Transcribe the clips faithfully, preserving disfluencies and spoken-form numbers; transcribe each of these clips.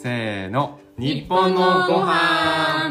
せーの、 日本のご飯。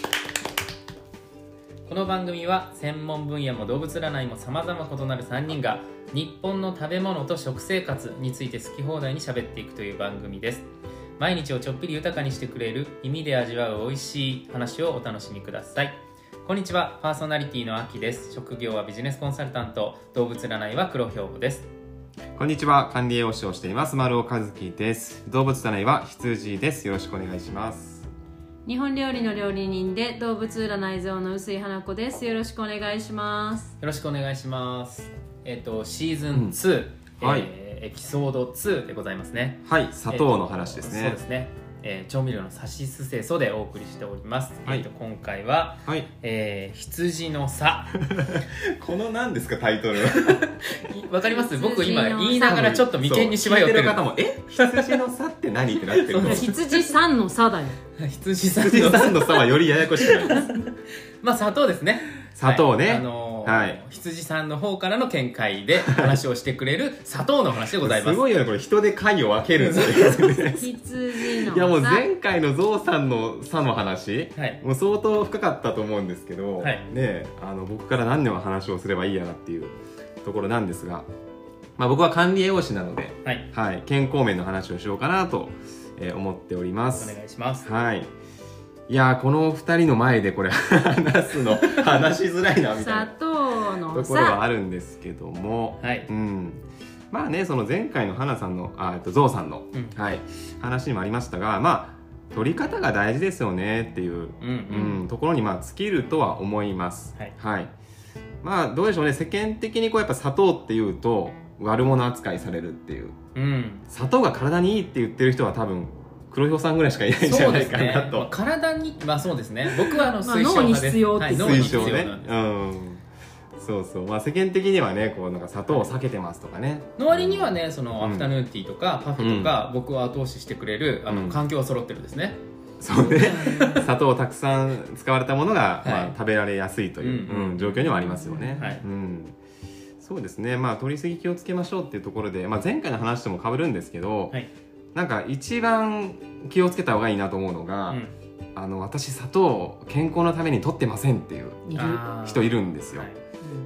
この番組は専門分野も動物占いも様々異なるさんにんが日本の食べ物と食生活について好き放題に喋っていくという番組です。毎日をちょっぴり豊かにしてくれる耳で味わう美味しい話をお楽しみください。こんにちは、パーソナリティのあきです。職業はビジネスコンサルタント、動物占いは黒兵庫です。 こんにちは、管理栄養士をしています丸尾和樹です。動物占いは羊です。よろしくお願いします。 日本料理の料理人で動物占い像の臼井花子です。よろしくお願いします。 よろしくお願いします。えっとシーズンツー、うん、はい、えー、エピソードツーでございますね。 はい、砂糖の話ですね。 えー、そうですね。えー、調味料のさしすせそでお送りしております。はい、えー、と今回は、はい、えー、羊の差この何ですかタイトルわかります？僕今言いながらちょっと眉間にしわ寄ってる。 聞いてる方もえ羊の差って何ってなってる羊さんの差だよ羊さんの差はよりややこしくなりますまあ砂糖ですね。 砂糖ね、 はい、あのーはい、羊さんの方からの見解で話をしてくれる砂糖の話でございます。 すごいよね、これ人で回を分けるんですね羊のいやもう前回のゾウさんの差の話、 はい、 もう相当深かったと思うんですけど、はい、ね、あの僕から何の話をすればいいやなっていうところなんですが、まあ、僕は管理栄養士なので、はいはい、健康面の話をしようかなと、えー、思っております。 お願いします。 はい、いやこのふたりの前でこれ話すの話しづらいなみたいなところはあるんですけども、はい、うん、まあね、その前回の花さんのあとゾウさんの、うん、はい、話にもありましたが、まあ取り方が大事ですよねっていう、うんうんうん、ところにまあ尽きるとは思います。はい、はい、まあどうでしょうね、世間的にこうやっぱ砂糖っていうと悪者扱いされるっていう、うん、砂糖が体にいいって言ってる人は多分黒ひょうさんぐらいしかいないんじゃないかなと、ね、まあ、体に、まあそうですね、僕はあの推奨派です。 まあ、脳に必要って、 はい、 推奨ね、うん、そうそう、まあ世間的にはね、こうなんか砂糖を避けてますとかね、 の割にはね、そのアフタヌーンティーとかパフェとか、うん、僕を後押ししてくれるあの、うん、環境は揃ってるんですね。 そうね砂糖をたくさん使われたものが、はい、まあ、食べられやすいという、うんうん、状況にはありますよね。はい、うん、そうですね、まあ取りすぎ気をつけましょうっていうところで、まあ、前回の話とも被るんですけど、はい、なんか一番気をつけた方がいいなと思うのが、うん、あの私砂糖を健康のために取ってませんっていう人いるんですよ。はい、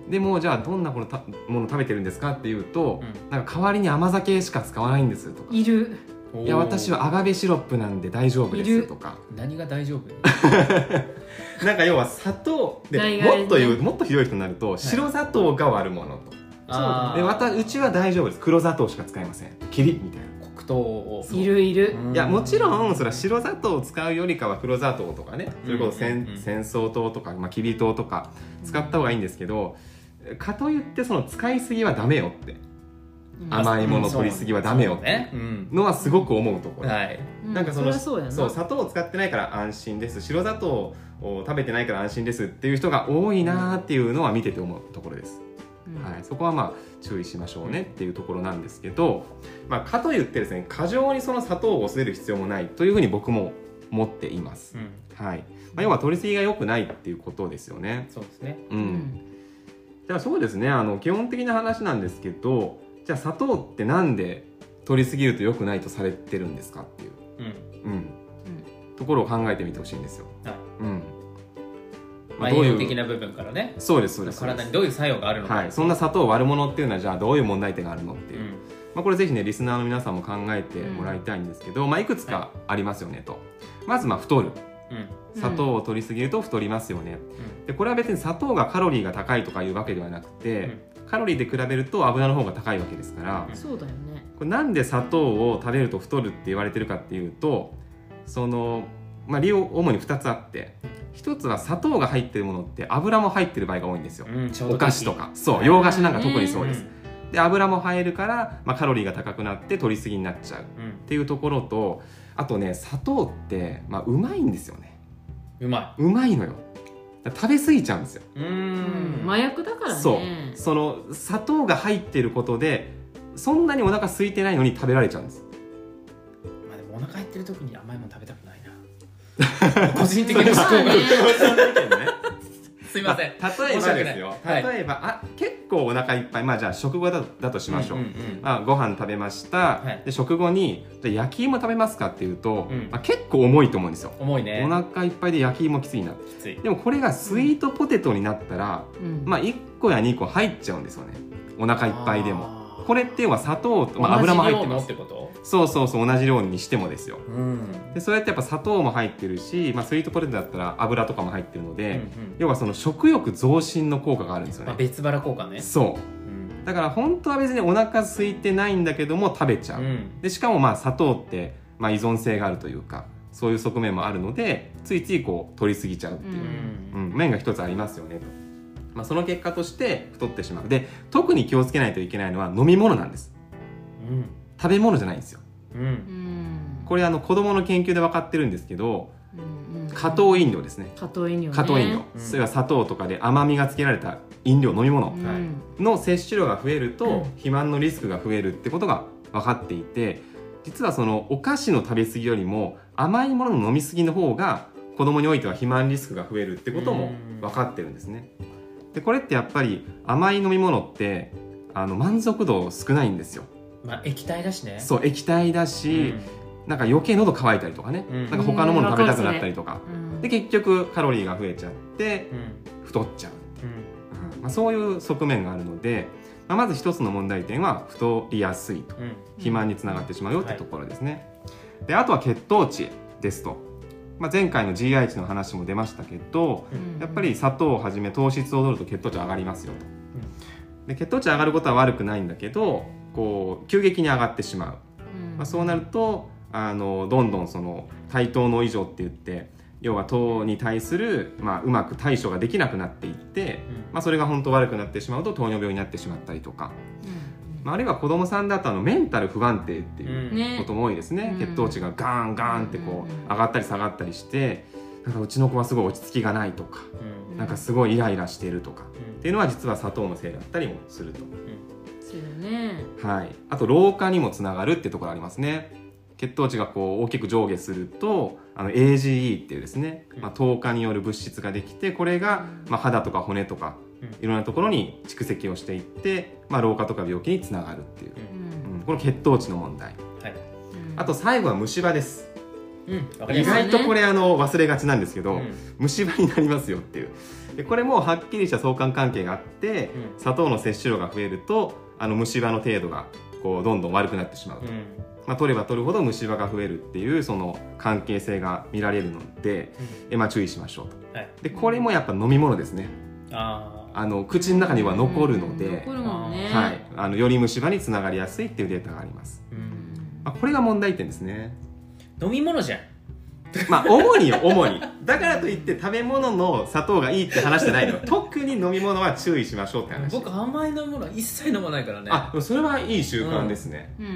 でもじゃあどんなものたもの食べてるんですかっていうと、うん、なんか代わりに甘酒しか使わないんですとか、 いる、 いや私はアガベシロップなんで大丈夫ですとか。 何が大丈夫なんか要は砂糖で、もっと言うもっとひどい人になると、はい、白砂糖が悪者と、そうで、またうちは大丈夫です、黒砂糖しか使いません、キリみたいな黒糖をいるいる。 いやもちろんそれは白砂糖を使うよりかは黒砂糖とかね、それこそ仙草糖とか、まあ、きび糖とか使った方がいいんですけど、かといってその使いすぎはダメよって、うん、甘いもの取りすぎはダメよってのはすごく思うところ、うん、はい、なんかその、うん、そそうそう砂糖を使ってないから安心です、白砂糖を食べてないから安心ですっていう人が多いなっていうのは見てて思うところです。うん、はい、そこはまあ注意しましょうねっていうところなんですけど、まあ、かといってですね、過剰にその砂糖を恐れる必要もないというふうに僕も思っています。うん、はい、まあ、要は取りすぎが良くないっていうことですよね。 そうですね。 うん。じゃあそうですね、あの基本的な話なんですけど、じゃあ砂糖ってなんで取りすぎると良くないとされてるんですかっていう、うんうんうん、ところを考えてみてほしいんですよ。はい、うん、 まあ、栄養的な部分からね。 そうですそうです。 体にどういう作用があるのか、 はい、そんな砂糖悪者っていうのはじゃあどういう問題点があるのっていう、うん、まあ、これぜひねリスナーの皆さんも考えてもらいたいんですけど、うん、まあ、いくつかありますよねと、はい、まずまあ太る、うん、砂糖を取りすぎると太りますよね、うん、でこれは別に砂糖がカロリーが高いとかいうわけではなくて、うん、カロリーで比べると油の方が高いわけですから、 うん、そうだよね。 これなんで砂糖を食べると太るって言われてるかっていうと、そのまあ、理由主にふたつあって、ひとつは砂糖が入ってるものって油も入ってる場合が多いんですよ、うん、お菓子とか、そう洋菓子なんか特にそうです、うん、で油も入るから、まあ、カロリーが高くなって取りすぎになっちゃうっていうところと、あとね砂糖って、まあ、うまいんですよね。 うまい、 うまいのよ。食べ過ぎちゃうんですよ。 うーん、麻薬だからね。 そうその砂糖が入ってることでそんなにお腹空いてないのに食べられちゃうんです。 まあでもお腹減ってる時に甘いもの食べたくないな個人的な思考がすいません、 まあ、例えばですよ、 はい、 例えばあ結構お腹いっぱい、まあじゃあ食後だだとしましょう、 うんうんうん、 まあ、ご飯食べました、はい、で食後にじゃ焼き芋食べますかっていうと、うんまあ、結構重いと思うんですよ。 重いね。 お腹いっぱいで焼き芋きついな。きつい。でもこれがスイートポテトになったら、うん、まあいっこやにこ入っちゃうんですよね、お腹いっぱいでも。これっていうのは砂糖と、まあ、油も入ってます。 同じ量のってこと？ そうそうそう、同じ量にしてもですよ、 うん、 でそれってやっぱ砂糖も入ってるし、まあ、スイートポテトだったら油とかも入ってるので、うんうん、要はその食欲増進の効果があるんですよね、 まあ、別腹効果ね。 そう、うん、だから本当は別にお腹空いてないんだけども食べちゃう、うん、でしかもまあ砂糖って、まあ、依存性があるというかそういう側面もあるのでついついこう取りすぎちゃうっていう、うんうん、面が一つありますよねと、まあ、その結果として太ってしまう。で特に気をつけないといけないのは飲み物なんです、うん、食べ物じゃないんですよ、うん、これあの子供の研究で分かってるんですけど、うんうん、加糖飲料ですね。 加糖飲料ね。 加糖飲料、うん、それは砂糖とかで甘みがつけられた飲料飲み物の摂取量が増えると、うん、肥満のリスクが増えるってことが分かっていて、実はそのお菓子の食べ過ぎよりも甘いものの飲み過ぎの方が子供においては肥満リスクが増えるってことも分かってるんですね。でこれってやっぱり甘い飲み物ってあの満足度少ないんですよ。 まあ、液体だしね。 そう液体だし、うん、なんか余計喉乾いたりとかね、うん、なんか他のもの食べたくなったりとか、うん、で結局カロリーが増えちゃって太っちゃう、うんうんまあ、そういう側面があるので、まあ、まず一つの問題点は太りやすいと、うん、肥満につながってしまうよってところですね、はい、であとは血糖値ですと、まあ、前回の ジーアイ 値の話も出ましたけど、うん、やっぱり砂糖をはじめ糖質を取ると血糖値上がりますよと、うん、で血糖値上がることは悪くないんだけどこう急激に上がってしまう、うんまあ、そうなるとあのどんどんその対糖の異常って言って要は糖に対する、まあ、うまく対処ができなくなっていって、うんまあ、それが本当悪くなってしまうと糖尿病になってしまったりとか、うんまあ、あるいは子どもさんだとあのメンタル不安定っていうことも多いですね、うん、血糖値がガーンガーンってこう上がったり下がったりしてなんかうちの子はすごい落ち着きがないとか、うん、なんかすごいイライラしているとか、うん、っていうのは実は砂糖のせいだったりもすると、うんそうね、 はい、あと老化にもつながるってところありますね。血糖値がこう大きく上下するとあの エージーイー っていうですね、まあ、糖化による物質ができてこれが、まあ、肌とか骨とかいろんなところに蓄積をしていって、まあ、老化とか病気につながるっていう、うんうん、この血糖値の問題、はい、あと最後は虫歯です、うん、意外とこれあの忘れがちなんですけど、うん、虫歯になりますよっていう。でこれもはっきりした相関関係があって、うん、砂糖の摂取量が増えるとあの虫歯の程度がこうどんどん悪くなってしまうと、うんまあ、取れば取るほど虫歯が増えるっていうその関係性が見られるので、うんえまあ、注意しましょうと、はい、でこれもやっぱ飲み物ですね。ああの口の中には残るので、 残るもんね、 はい、あのより虫歯につながりやすいっていうデータがあります、うんまあ、これが問題点ですね。 飲み物じゃんまあ主によ主にだからといって食べ物の砂糖がいいって話じゃないの特に飲み物は注意しましょうって話。 僕甘い飲み物は一切飲まないからね。 あそれはいい習慣ですね、うんうん、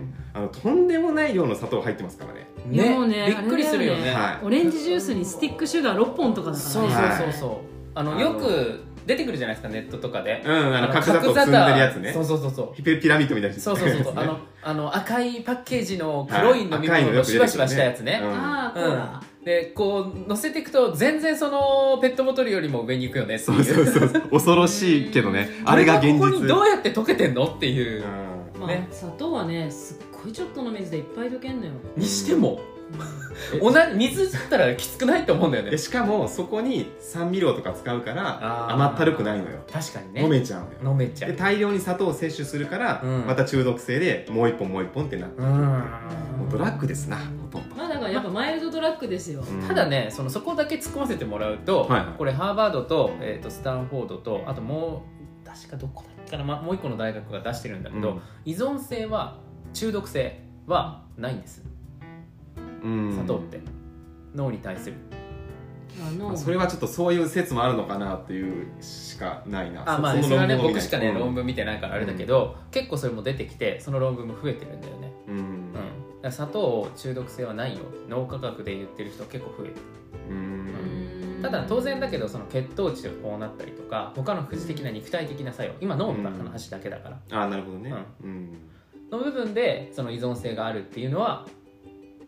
あのとんでもない量の砂糖入ってますからね。 ねもうねびっくりするよね、 はい、オレンジジュースにスティックシュガーろっぽんとかだからね。 そうそうそうそう、はい、あのよく出てくるじゃないですかネットとかで、 うん、あの角砂糖積んでるやつね。 そうそうそうそうピラミッドみたいな、 そうそうそうそうあのあの赤いパッケージの黒い飲み物のシュワシュワしたやつね、 うん、ああコーラ、 うん、でこう乗せていくと全然そのペットボトルよりも上に行くよねっていう。 そうそうそう恐ろしいけどねあれが現実。 ここにどうやって溶けてんのっていう、 うんまあね、砂糖はねすっごいちょっとの水でいっぱい溶けんのよ。 にしてもおな水だったらきつくないと思うんだよね。 しかもそこに酸味料とか使うから甘ったるくないのよ。 確かにね飲めちゃうのよ。 飲めちゃうで大量に砂糖を摂取するから、うん、また中毒性でもう一本もう一本ってなってる、うん、もうドラッグですなほとんど。 まあだからやっぱマイルドドラッグですよ、 うん、ただね そ, のそこだけ突っ込ませてもらうと、はいはい、これハーバード と,、えー、とスタンフォードとあともう確かどこだっけかな、ま、もう一個の大学が出してるんだけど、うん、依存性は中毒性はないんです。砂糖って脳に対するまあそれはちょっとそういう説もあるのかなっていうしかないな。 あまあそれはね僕しかね、うん、論文見てないからあれだけど、うん、結構それも出てきてその論文も増えてるんだよね、うんうん、だから砂糖中毒性はないよ脳科学で言ってる人結構増えてる。うんただ当然だけどその血糖値がこうなったりとか他の副次的な肉体的な作用今脳の話だけだから、 うん、あなるほどね、 うんうん、の部分でその依存性があるっていうのは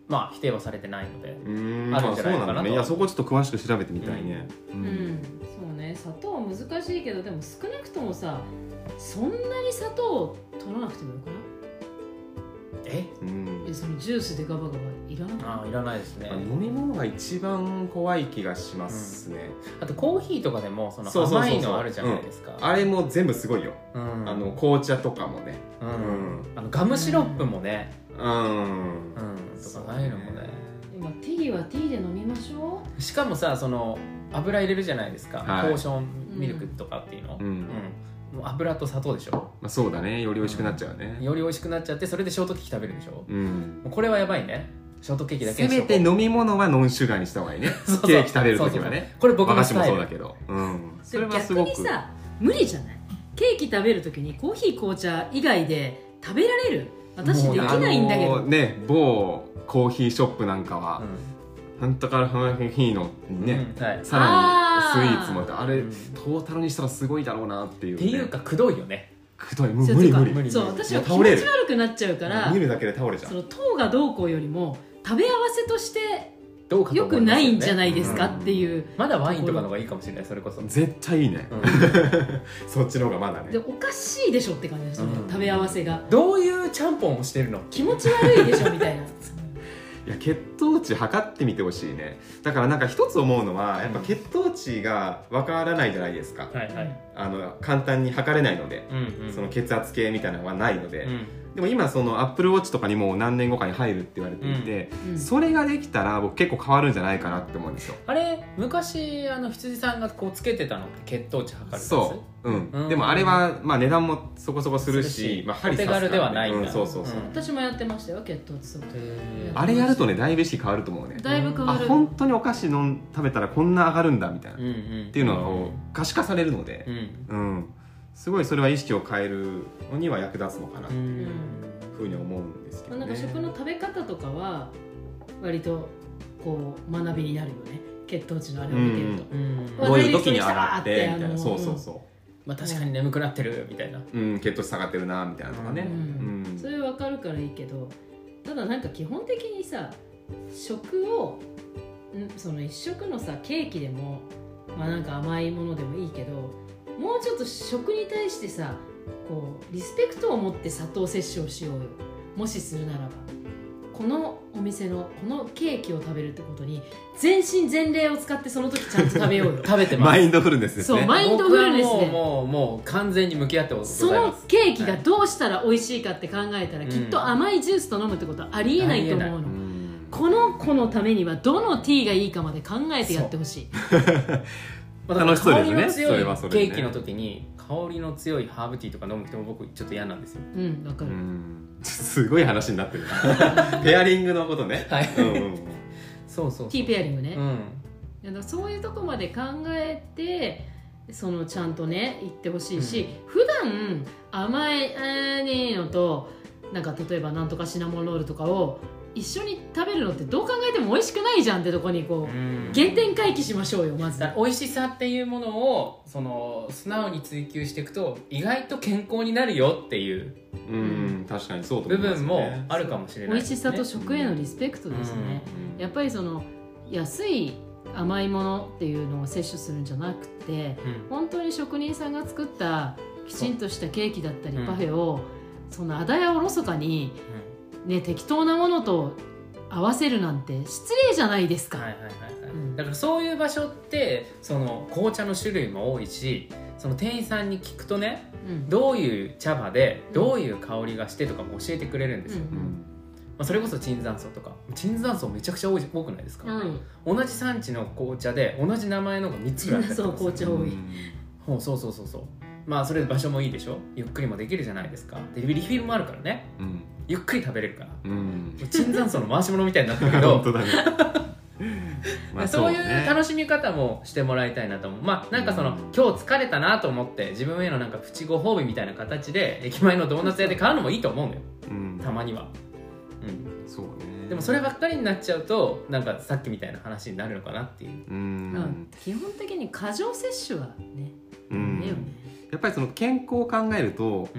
まあ否定はされてないので、 うーんあるんじゃないかなと。 そうなんだね。いやそこちょっと詳しく調べてみたいね。ううんん、そうね、砂糖難しいけどでも少なくともさそんなに砂糖取らなくてもよくない？ えうんえそのジュースでガバガバいらなくない？ ああいらないですね。 まあ飲み物が一番怖い気がしますね。 あとコーヒーとかでもそのそうそうそうそう甘いのあるじゃないですか。 あれも全部すごいよ。 うんあの紅茶とかもね。 うんうんあのガムシロップもね、 うん。 うんとかああいうのもね。 今ティーはティーで飲みましょしかもさその油入れるじゃないですか、 はいポーションミルクとかっていうの、 うんうんもう油と砂糖でしょ。 まあそうだね。より美味しくなっちゃうね。 より美味しくなっちゃってそれでショートケーキ食べるでしょ。 うん。 もうこれはやばいね。ショートケーキだけせめて飲み物はノンシュガーにした方がいいね。 そうそうケーキ食べるときはそうそうね。 これ僕和菓子ものスタイルそうだけど。うん。 う。 それはす逆ごく。 にさ無理じゃない？ケーキ食べるときにコーヒー紅茶以外で食べられる？私できないんだけど。 あのね某コーヒーショップなんかは、なんとかハーヒーのうんね、 うんはい、っさらにスイーツもあってあーあれ、 うんトータルにしたらすごいだろうなっていう、ね、 ていうかくどいよね。 くどい無そうてか無理無理無理そう私は気もう倒れる持ち悪くなっちゃうから見るだけで倒れちゃそうの糖がどうこうよりも食べ合わせとしてどうかと良く思いますよねないんじゃないですかっていう、 まだワインとかの方がいいかもしれないそれこそ、 絶対いいね、 うんそっちの方がまだねでおかしいでしょって感じですよね、 うん食べ合わせがどういうちゃんぽんをしてるの。 気持ち悪いでしょみたいないや血糖値測ってみてほしいね。だからなんか一つ思うのはやっぱ血糖値がわからないじゃないですか、 はいはい、 あの簡単に測れないので、 うんうん、 その血圧計みたいなのはないので、 うんでも今そのアップルウォッチとかにも何年後かに入るって言われていて、 うんそれができたら僕結構変わるんじゃないかなって思うんですよ。 あれ昔あの羊さんがこうつけてたのって血糖値測るやつ。 そう、うんうんでもあれはまあ値段もそこそこするし、 するしまあ、針お手軽ではないんだうん、そうそうそう、 うん私もやってましたよ血糖値測定へあれやるとねだいぶ意識変わると思うね。 だいぶ変わるあ本当にお菓子飲ん食べたらこんな上がるんだみたいな、 うんうん、 っていうのを可視化されるのでう、んうんすごいそれは意識を変えるのには役立つのかなとういうんふうに思うんですけどね。 まあなんか食の食べ方とかは割とこう学びになるよね血糖値のあれを見てると、 うんどういう時に上がってみたいな、 あのそうそうそまあ、確かに眠くなってるみたいな。 う、うん、血糖値下がってるなみたいなとかね、 ううんんそれ分かるからいいけどただなんか基本的にさ食をんその一食のさケーキでもまあなんか甘いものでもいいけどもうちょっと食に対してさこうリスペクトを持って砂糖摂取をしようよもしするならばこのお店のこのケーキを食べるってことに全身全霊を使ってその時ちゃんと食べようよ食べてます。 マインドフルネスですね。 そうマインドフルネスで僕はもうもうもう完全に向き合ってございます。 そのケーキがどうしたら美味しいかって考えたら、 うんきっと甘いジュースと飲むってことはありえないと思うの、 うんこの子のためにはどのティーがいいかまで考えてやってほしいまあ、だから楽しそうですね香りの強いそれはそれでねケーキの時に香りの強いハーブティーとか飲む人も僕ちょっと嫌なんですよ。 うんわかる、 うんすごい話になってるペアリングのことね、 はいうんうんうんそうそうそう。 ティーペアリングね、 うんだからそういうとこまで考えてそのちゃんとね言ってほしいし、 うん普段甘いあーねーのとなんか例えばなんとかシナモンロールとかを一緒に食べるのってどう考えても美味しくないじゃんってとこにこう、 うん原点回帰しましょうよまずだから美味しさっていうものをその素直に追求していくと意外と健康になるよっていううん確かにそうと部思います分ね。 もあるかもしれないですね。 美味しさと食へのリスペクトですね、 うんやっぱりその安い甘いものっていうのを摂取するんじゃなくてうん本当に職人さんが作ったきちんとしたケーキだったりうんパフェをそのあだやおろそかに、ね、適当なものと合わせるなんて失礼じゃないですか、 はいはいはいはい、 うんだからそういう場所ってその紅茶の種類も多いしその店員さんに聞くとねうんどういう茶葉でうんどういう香りがしてとかも教えてくれるんですよ、 うんうんまあ、それこそ椿山荘とか椿山荘めちゃくちゃ多い多くないですか、 うん同じ産地の紅茶で同じ名前のがみっつぐらいあったりとかするそう紅茶多いほうそうそうそうそうまあそれ場所もいいでしょゆっくりもできるじゃないですかでリフィルもあるからねうんゆっくり食べれるからうん椿山荘の回し物みたいになってるけど本当だねまあそういうね楽しみ方もしてもらいたいなと思うまあなんかその、 うん今日疲れたなと思って自分へのなんかプチご褒美みたいな形で駅前のドーナツ屋で買うのもいいと思うのようんたまには、うん、 そうねでもそればっかりになっちゃうとなんかさっきみたいな話になるのかなっていううまあん基本的に過剰摂取はねうんダメよねやっぱりその健康を考えるとうん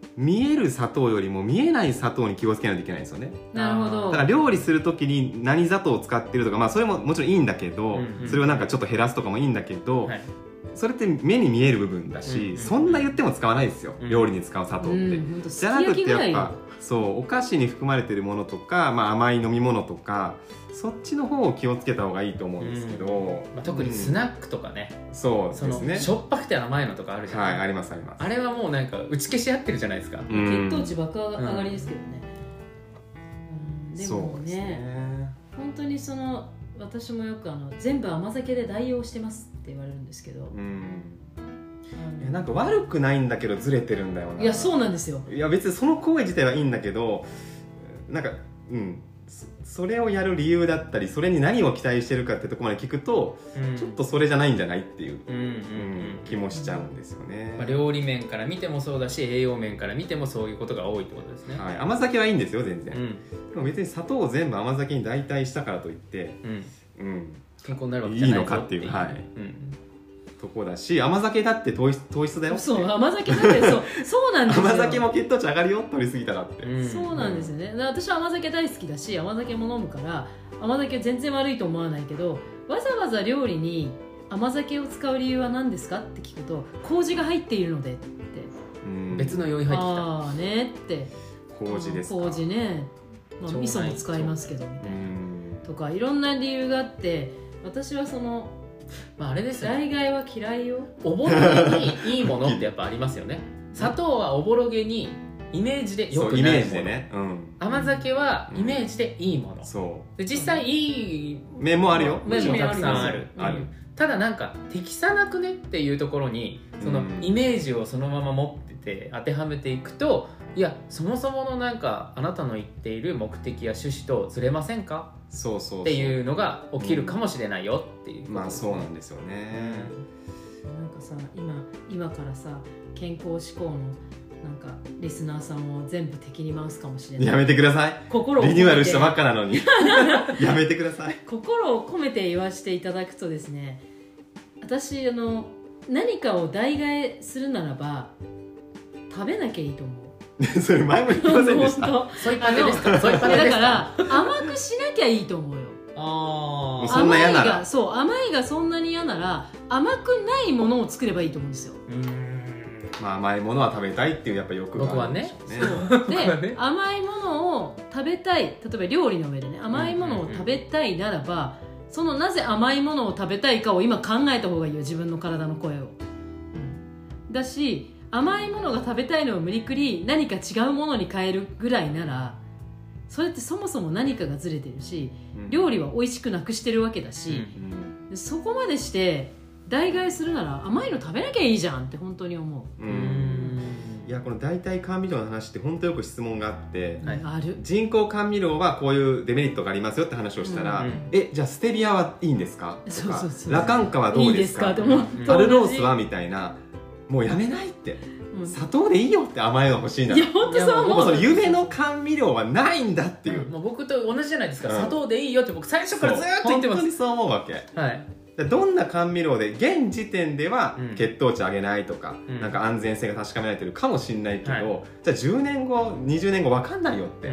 見える砂糖よりも見えない砂糖に気をつけないといけないんですよね。 なるほど。 だから料理する時に何砂糖を使ってるとか、まあそれももちろんいいんだけど、 うんうん、 それをなんかちょっと減らすとかもいいんだけど、はい、それって目に見える部分だし、うんうん、そんな言っても使わないですよ、うん、料理に使う砂糖って、うん、じゃなくてやっぱそうお菓子に含まれてるものとか、まあ、甘い飲み物とかそっちの方を気をつけた方がいいと思うんですけど、うんまあ、特にスナックとかね、 うん、そうですね、 しょっぱくて甘いのとかあるじゃない、 はい、ありますあります。 あれはもうなんか打ち消し合ってるじゃないですか、 うん、血糖値爆上がりですけどね、うん、でも ね, ね本当にその私もよくあの全部甘酒で代用してますって言われるんですけど、うんいやなんか悪くないんだけどずれてるんだよな。 いやそうなんですよ。 いや別にその行為自体はいいんだけどなんかうんそれをやる理由だったりそれに何を期待してるかってところまで聞くと、うん、ちょっとそれじゃないんじゃないっていう、うんうんうん、気もしちゃうんですよね、 まあ、料理面から見てもそうだし栄養面から見てもそういうことが多いってことですね、 はい、甘酒はいいんですよ全然、うん、でも別に砂糖を全部甘酒に代替したからといって、うんうん、 健康になるわけじゃないぞいいのかっていう、はいうんとこだし甘酒だって糖質、糖質だよってそう甘酒だってそうそうなんですよ甘酒も血糖値上がるよ取りすぎたらって、 うん、そうなんですよね。私は甘酒大好きだし甘酒も飲むから甘酒全然悪いと思わないけどわざわざ料理に甘酒を使う理由は何ですかって聞くと麹が入っているのでって、 うん、別の要因入ってきたああねって麹ですか麹ね、まあ、味噌も使いますけどみたいなとかいろんな理由があって私はそのまあ、あれですよね、代替は嫌いよ。 おぼろげにいいものってやっぱありますよね砂糖はおぼろげにイメージでよくないもの、 イメージでね、うん、 甘酒はイメージでいいもの、うん、 そうで実際いい面もあるよ面もたくさんある、 ある、うん、 ただなんか適さなくねっていうところにそのイメージをそのまま持ってて当てはめていくといやそもそものなんかあなたの言っている目的や趣旨とずれませんかそうそうそうっていうのが起きるかもしれないよっていう、 うん、まあそうなんですよね、 うん、なんかさ 今, 今からさ健康志向のなんかリスナーさんを全部敵に回すかもしれない。 やめてください。 心をリニューアルしたばっかなのにやめてください。 心を込めて言わせていただくとですね私あの何かを代替するならば食べなきゃいいと思うそれ前も言ってませんでしたそういう感じですかそういう感じですかだから甘くしなきゃいいと思うよ。 あそんな嫌なら甘いがそう甘いがそんなに嫌なら甘くないものを作ればいいと思うんですよ。 うーんまあ甘いものは食べたいっていうやっぱ欲があるんでしょうね。 僕はねで甘いものを食べたい例えば料理の上でね甘いものを食べたいならば、うんうんうん、そのなぜ甘いものを食べたいかを今考えた方がいいよ自分の体の声を、うん、だし甘いものが食べたいのを無理くり何か違うものに変えるぐらいならそれってそもそも何かがずれてるし、うん、料理は美味しくなくしてるわけだし、うん、そこまでして代替するなら甘いの食べなきゃいいじゃんって本当に思う。うーんいやこの代替甘味料の話って本当よく質問があって、 はい、ある人工甘味料はこういうデメリットがありますよって話をしたら、うんうん、えじゃあステビアはいいんですかとかそうそうそうラカンカはどうですかとかアルロースはみたいなもうやめないって、うん、砂糖でいいよって甘いの欲しいならいや本当そう思う。 もうその夢の甘味料はないんだっていう、 うん、もう僕と同じじゃないですか、うん、砂糖でいいよって僕最初からずっと言ってます。 本当にそう思うわけ、 はいどんな甘味料で現時点では血糖値上げないとか、うん、なんか安全性が確かめられてるかもしれないけど、はい、じゃあじゅうねんごにじゅうねんご分かんないよって、うん、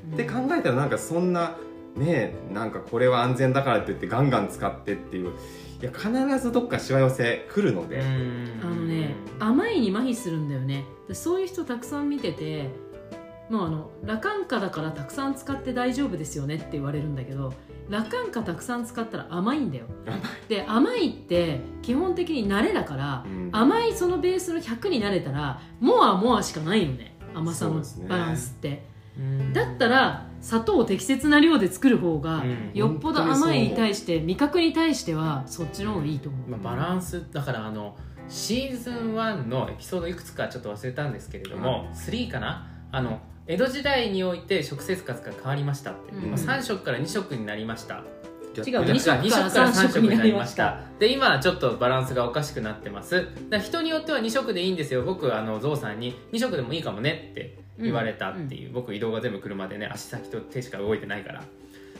って考えたらなんかそんなねなんかこれは安全だからって言ってガンガン使ってっていういや必ずどっかしわ寄せ来るので、 あのね甘いに麻痺するんだよね。そういう人たくさん見ててもうあのラカンカだからたくさん使って大丈夫ですよねって言われるんだけどラカンカたくさん使ったら甘いんだよ。で甘いって基本的に慣れだから、うん、甘いそのベースのひゃくになれたらモアモアしかないよね甘さのバランスって、ね、だったら砂糖を適切な量で作る方が、うん、よっぽど甘いに対して味覚に対してはそっちの方がいいと思う、 まあ、バランスだからあのシーズンワンのエピソードいくつかちょっと忘れたんですけれども、うん、スリーかなあの江戸時代において食生活が変わりましたって、うん、さん食からに食になりました。 違うに食からさん食になりましたで今ちょっとバランスがおかしくなってます。だ人によってはに食でいいんですよ。僕あのゾウさんにに食でもいいかもねって言われたっていう、うん、僕移動が全部車でね足先と手しか動いてないから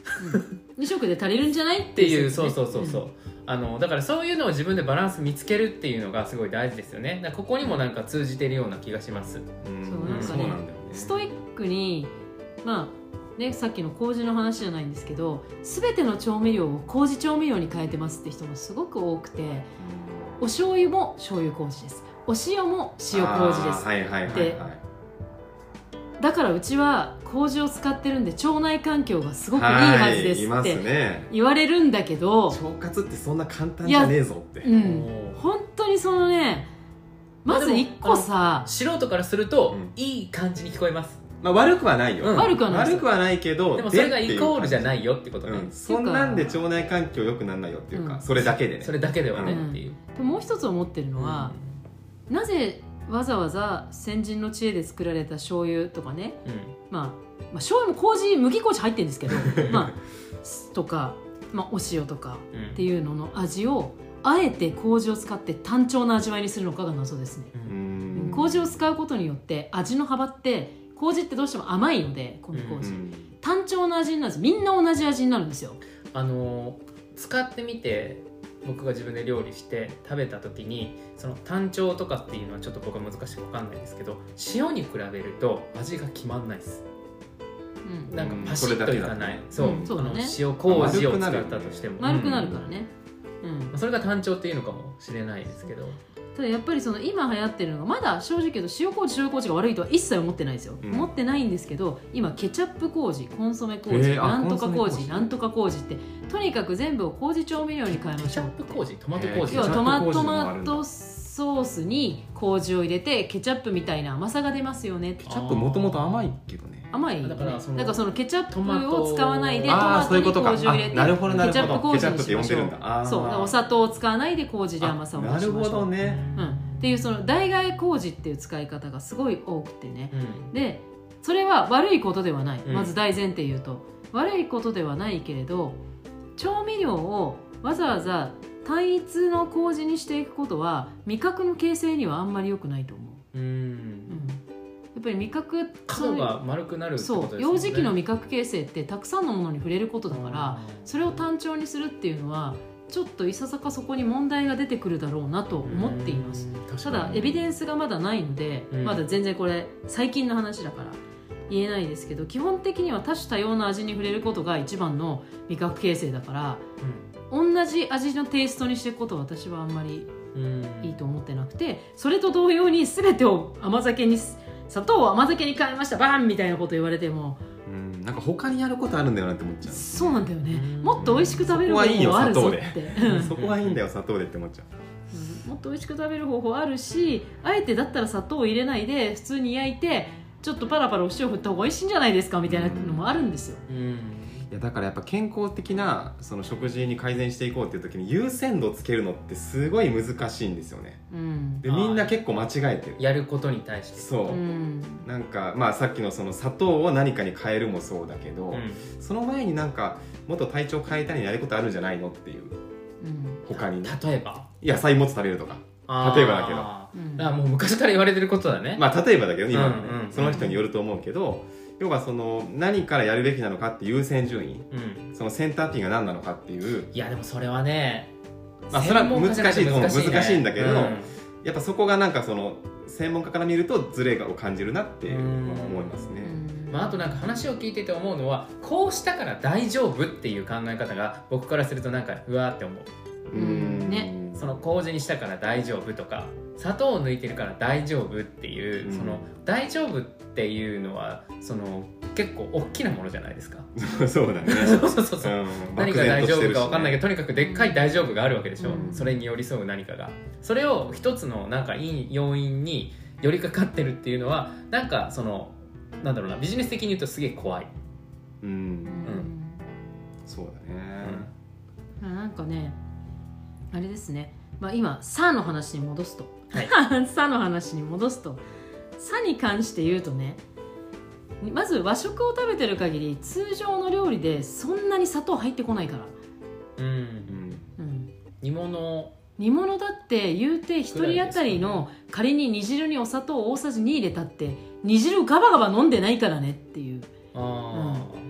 に食で足りるんじゃないっっていう、そう説ねそうそうそう、あのだからそういうのを自分でバランス見つけるっていうのがすごい大事ですよね。だからここにもなんか通じてるような気がします。 うんそうなんかねそうなんだよね。 ストイックにまあね、さっきの麹の話じゃないんですけど、全ての調味料を麹調味料に変えてますって人もすごく多くて、お醤油も醤油麹です、お塩も塩麹です、 はいはいはいはい、 でだからうちは麹を使ってるんで腸内環境がすごくいいはずですはい、いってますね。 言われるんだけど、 腸活ってそんな簡単じゃねえぞって。 うんおー本当にそのね、まず一個さ、 素人からすると、 うんいい感じに聞こえます。 まあ悪くはないよ、 うん悪くはないです悪くはないけど、 でもそれがイコールじゃないいよってことね、 うん、そんなんで腸内環境良くならないよっていうか、 うんそれだけでね。 それだけではね、 うんっていう、 でもう一つ思ってるのは、なぜわざわざ先人の知恵で作られた醤油とかね、 うんまあ、まあ醤油も麹麦麹入ってるんですけどまあとか、まあ、お塩とかうんっていうのの味をあえて麹を使って単調な味わいにするのかが謎ですね。 ううんん麹を使うことによって味の幅って麹ってどうしても甘いので米麹、 うん単調な味になるんです。みんな同じ味になるんですよ。 あのー使ってみて僕が自分で料理して食べた時にその単調とかっていうのはちょっと僕は難しく分かんないですけど、塩に比べると味が決まんないです。 うんなんかパシッといかない、 うんそう、 うんそうだねあの塩麹を使ったとしても丸くなるからね、うんまあそれが単調っていうのかもしれないですけど、 ただやっぱりその今流行ってるのが、まだ正直言うと塩麹塩麹が悪いとは一切思ってないですよ、 うん思ってないんですけど、今ケチャップ麹、コンソメ麹、 えーあなんとかコンソメ麹麹なんとか麹って、とにかく全部を麹調味料に変えまケチャッしょうってプ麹、トマト麹、 要はトマトケチャップ麹もあるんだマトソースに麹を入れてケチャップみたいな甘さが出ますよねって。 ケチャップもともと甘いけどね。 甘いよね、 だからそのだからそのケチャップトマトを使わないでトあーマトにそういうことか麹を入れてあなるほどなるほどケチャップ麹にしましょう。 ケチャップって呼んでるんだあーそうだからお砂糖を使わないで麹で甘さを出しましょう。 なるほどね。 うん、っていうその代替麹っていう使い方がすごい多くてね、 うんでそれは悪いことではない、 うんまず大前提言うと悪いことではないけれど、調味料をわざわざ単一の麹にしていくことは味覚の形成にはあんまり良くないと思う、 うんうんやっぱり味覚角が丸くなるってことですよね。 そう幼児期の味覚形成ってたくさんのものに触れることだから、それを単調にするっていうのはちょっといささかそこに問題が出てくるだろうなと思っています。ただエビデンスがまだないので、 うんまだ全然これ最近の話だから言えないですけど、基本的には多種多様な味に触れることが一番の味覚形成だから、同じ味のテイストにしていくことは私はあんまりうんうんいいと思ってなくて、それと同様に全てを甘酒に砂糖を甘酒に変えましたバーンみたいなこと言われても、 うんなんか他にやることあるんだよなって思っちゃう。 そうなんだよね、 うんもっと美味しく食べる方法あるぞってうんそこはいいんだよ砂糖でって思っちゃう。 うんもっと美味しく食べる方法あるし、あえてだったら砂糖を入れないで普通に焼いてちょっとパラパラお塩振った方が美味しいんじゃないですかみたいなのもあるんですよ。 うんいやだからやっぱ健康的なその食事に改善していこうっていう時に優先度をつけるのってすごい難しいんですよね。 うんでみんな結構間違えてる。 やることに対してそう、 うんなんかまあさっきのその砂糖を何かに変えるもそうだけど、 うんその前になんかもっと体調変えたいにやることあるんじゃないのっていう、 うん他にね例えば野菜もっと食べるとか、 あー例えばだけどうんだからもう昔から言われてることだね。 まあ例えばだけど今のね、 うんうんその人によると思うけど、要はその何からやるべきなのかっていう優先順位、 うんそのセンターピンが何なのかっていう、 いやでもそれはね、 まあそれは専門家じゃなくて難しいと思う難しいんだけどうんやっぱそこがなんかその専門家から見るとズレを感じるなっていううん思いますね。 まあ、あとなんか話を聞いてて思うのは、こうしたから大丈夫っていう考え方が僕からするとなんかうわーって思う。 うんねその麹にしたから大丈夫とか砂糖を抜いてるから大丈夫っていう、 うんその大丈夫っていうのはその結構大きなものじゃないですか。 そうだね。 そうそうそうそう、 うん何が大丈夫か分かんないけど、 ど、とにかくでっかい大丈夫があるわけでしょ、 うんそれに寄り添う何かが、それを一つのなんかいい要因に寄りかかってるっていうのはなんかそのなんだろうな、ビジネス的に言うとすげえ怖い。 うん、 うんそうだね。 うんなんかねあれですね、まあ、今「さ」の話に戻すと「 はいさ」の話に戻すと「さ」に関して言うとね、まず和食を食べてる限り通常の料理でそんなに砂糖入ってこないから、 うん、 うんうん、 煮物煮物だって言うて一人当たりの仮に煮汁にお砂糖大さじに入れたって煮汁ガバガバ飲んでないからねっていう、 あ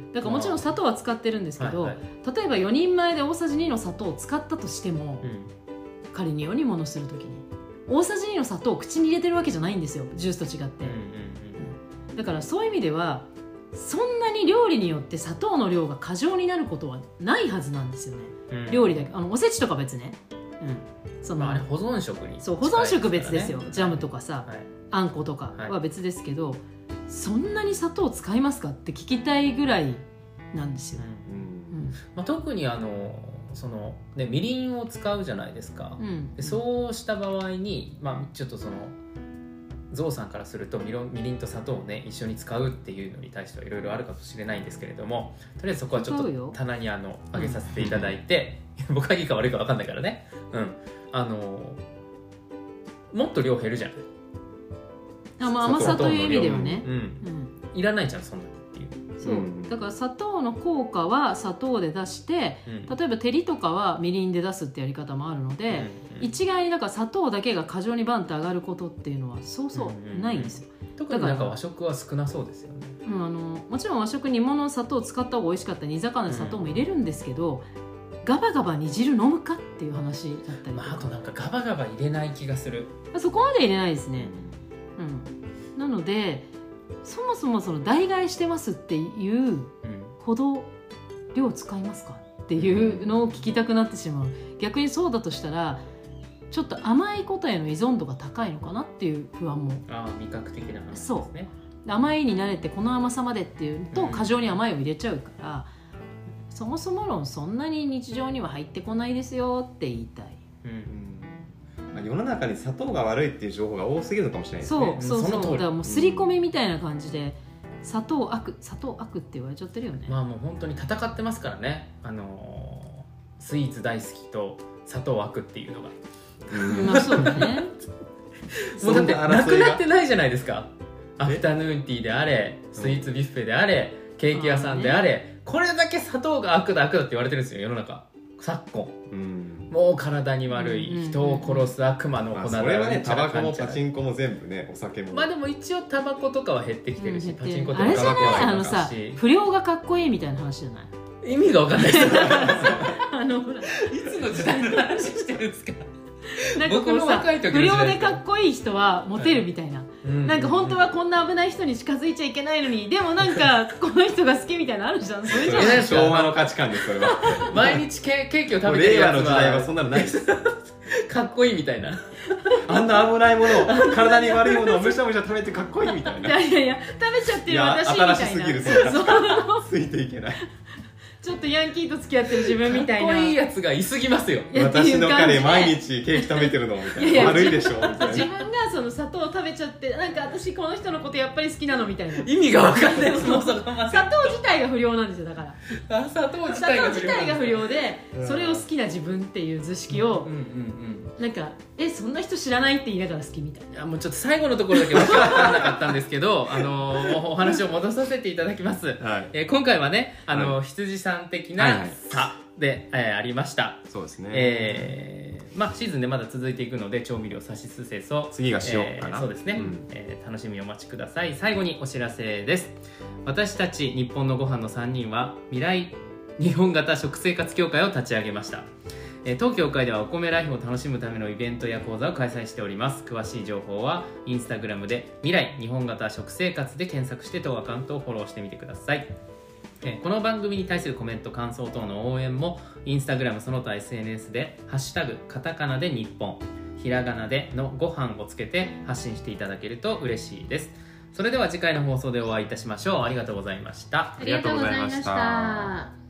だからもちろん砂糖は使ってるんですけど、 はいはい、 例えばよにんまえで大さじにの砂糖を使ったとしても、 うん、 仮によにものするときに大さじにの砂糖を口に入れてるわけじゃないんですよ、ジュースと違って、 うんうんうん、だからそういう意味ではそんなに料理によって砂糖の量が過剰になることはないはずなんですよね、うん、料理だけ、あのおせちとか別ね、うん、その、 まあ、あれ保存食に、 そう保存食別ですよ、ジャムとかさ、 はい、 あんことかは別ですけど、はい、そんなに砂糖使いますかって聞きたいぐらいなんですよ、 うんうんまあ、特にあのその、ね、みりんを使うじゃないですか、うん、でそうした場合に、まあ、ちょっとそのゾウさんからするとみろみりんと砂糖をね一緒に使うっていうのに対してはいろいろあるかもしれないんですけれども、とりあえずそこはちょっと棚にあの上げさせていただいて、うん、僕はいいか悪いか分かんないからね、うん、あのもっと量減るじゃん、 あ、まあ、甘さという意味ではね、 うんうん、いらないじゃんそんなにっていう。 そう、うん、だから砂糖の効果は砂糖で出して、うん、例えば照りとかはみりんで出すってやり方もあるので、うんうん、一概にだから砂糖だけが過剰にバンって上がることっていうのはそうそうないんですよ、 うんうんうん、特になんか和食は少なそうですよね、 うん、あのもちろん和食煮物砂糖使った方が美味しかったり煮魚で砂糖も入れるんですけど、うん、ガバガバ煮汁飲むかっていう話だったりとか、 まあ、あとなんかガバガバ入れない気がする。 そこまで入れないですね、うん、なのでそもそもその代替してますっていうほど量使いますかっていうのを聞きたくなってしまう。逆にそうだとしたらちょっと甘いことへの依存度が高いのかなっていう不安も。 ああ、味覚的な話ですね。 そう甘いに慣れてこの甘さまでっていうと過剰に甘いを入れちゃうから、うん、そもそも論そんなに日常には入ってこないですよって言いたい、うんうん、世の中に砂糖が悪いっていう情報が多すぎるのかもしれないですね。 そうそうそう、だからもう刷り込みみたいな感じで、うん、砂糖悪砂糖悪って言われちゃってるよね。 まあもう本当に戦ってますからね、あのー、スイーツ大好きと砂糖悪っていうのが、 うん、まあそうだねもうだってなくなってないじゃないですか。アフタヌーンティーであれスイーツビュッフェであれケーキ屋さんであれ、ね、これだけ砂糖が悪だ悪だって言われてるんですよ世の中昨今、うん、もう体に悪い、うん、人を殺す悪魔の粉だ、 まあ、それはねタバコもパチンコも全部ねお酒もまあでも一応タバコとかは減ってきてるし、うん、パチンコとかあれじゃないあのさ不良がかっこいいみたいな話じゃない。 意味が分かんないですあのほらいつの時代の話してるんですかなんかこうさ不良でかっこいい人はモテるみたいな、はい、なんか本当はこんな危ない人に近づいちゃいけないのにでもなんかこの人が好きみたいなのあるじゃん。それじゃない昭和の価値観ですそれは毎日ケ, ケーキを食べてるやつは令和の時代はそんなのないですかっこいいみたいなあんな危ないものを体に悪いものをむしゃむしゃ食べてかっこいいみたいな。 いやいやいや食べちゃってる私みたいな。 新しすぎるそうついていけないちょっとヤンキーと付き合ってる自分みたいな。 かっこいいやつがいすぎますよ。 私の彼毎日ケーキ食べてるのみたいな。いやいや悪いでしょみたいな。 自分がその砂糖を食べちゃってなんか私この人のことやっぱり好きなのみたいな。 意味が分かんないです。もうそ砂糖自体が不良なんですよだから。 あ砂糖自体が不良。 砂糖自体が不良で、うん、それを好きな自分っていう図式を、うんうんうんうん、なんかえそんな人知らないって言いながら好きみたいな。 いやもうちょっと最後のところだけ分からなかったんですけどあのお話を戻させていただきます。はい、えー、今回はねあの、はい、羊さん的な、はいはい差で、えー、ありました。 そうですね、 えーまあ、シーズンでまだ続いていくので調味料さしすせそ次が塩かな、 えー、そうですね、うんえー、楽しみにお待ちください。最後にお知らせです。私たち日本のご飯のさんにんは未来日本型食生活協会を立ち上げました。えー、当協会ではお米ライフを楽しむためのイベントや講座を開催しております。詳しい情報はインスタグラムで未来日本型食生活で検索して当アカウントをフォローしてみてください。この番組に対するコメント感想等の応援もインスタグラムその他 エスエヌエス でハッシュタグカタカナで日本ひらがなでのご飯をつけて発信していただけると嬉しいです。それでは次回の放送でお会いいたしましょう。ありがとうございました。 ありがとうございました。